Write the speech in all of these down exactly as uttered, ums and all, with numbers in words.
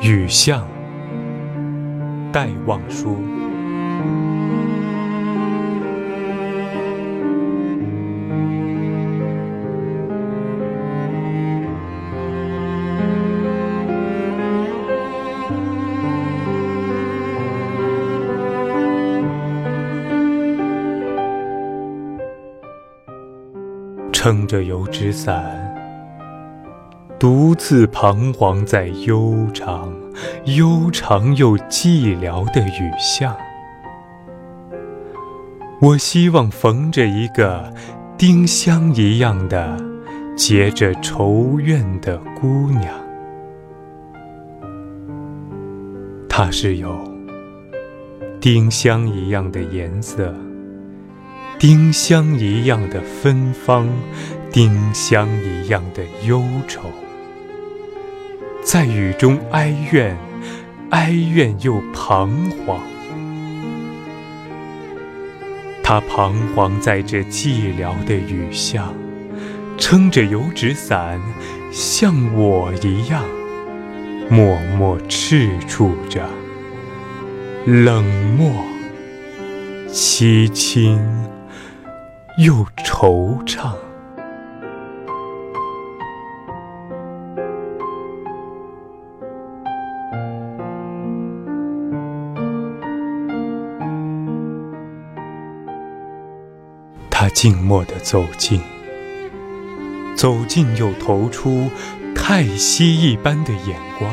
雨巷，戴望舒。撑着油纸伞，独自彷徨在悠长、悠长又寂寥的雨巷。我希望逢着一个丁香一样的结着愁怨的姑娘，她是有丁香一样的颜色，丁香一样的芬芳，丁香一样的忧愁，在雨中哀怨，哀怨又彷徨。他彷徨在这寂寥的雨巷，撑着油纸伞，像我一样，默默赤楚着，冷漠、凄清又惆怅。他静默地走近，走近又投出太息一般的眼光。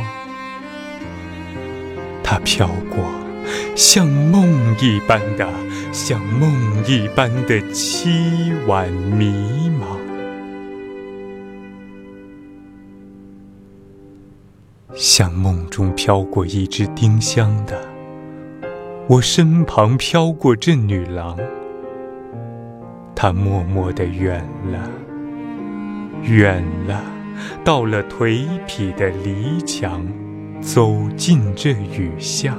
他飘过，像梦一般的，像梦一般的凄婉迷茫。像梦中飘过一只丁香的，我身旁飘过这女郎。她默默地远了，远了，到了颓圮的篱墙，走进这雨巷。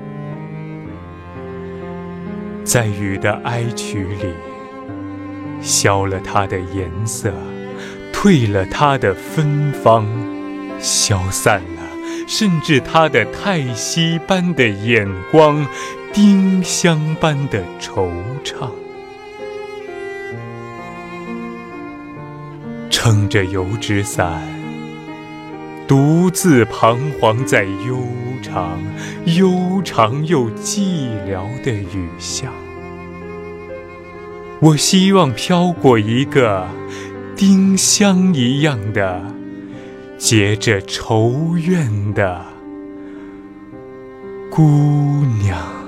在雨的哀曲里，消了它的颜色，退了它的芬芳，消散了甚至它的太息般的眼光，丁香般的惆怅。撑着油纸伞，独自彷徨在悠长、悠长又寂寥的雨巷。我希望飘过一个丁香一样的结着愁怨的姑娘。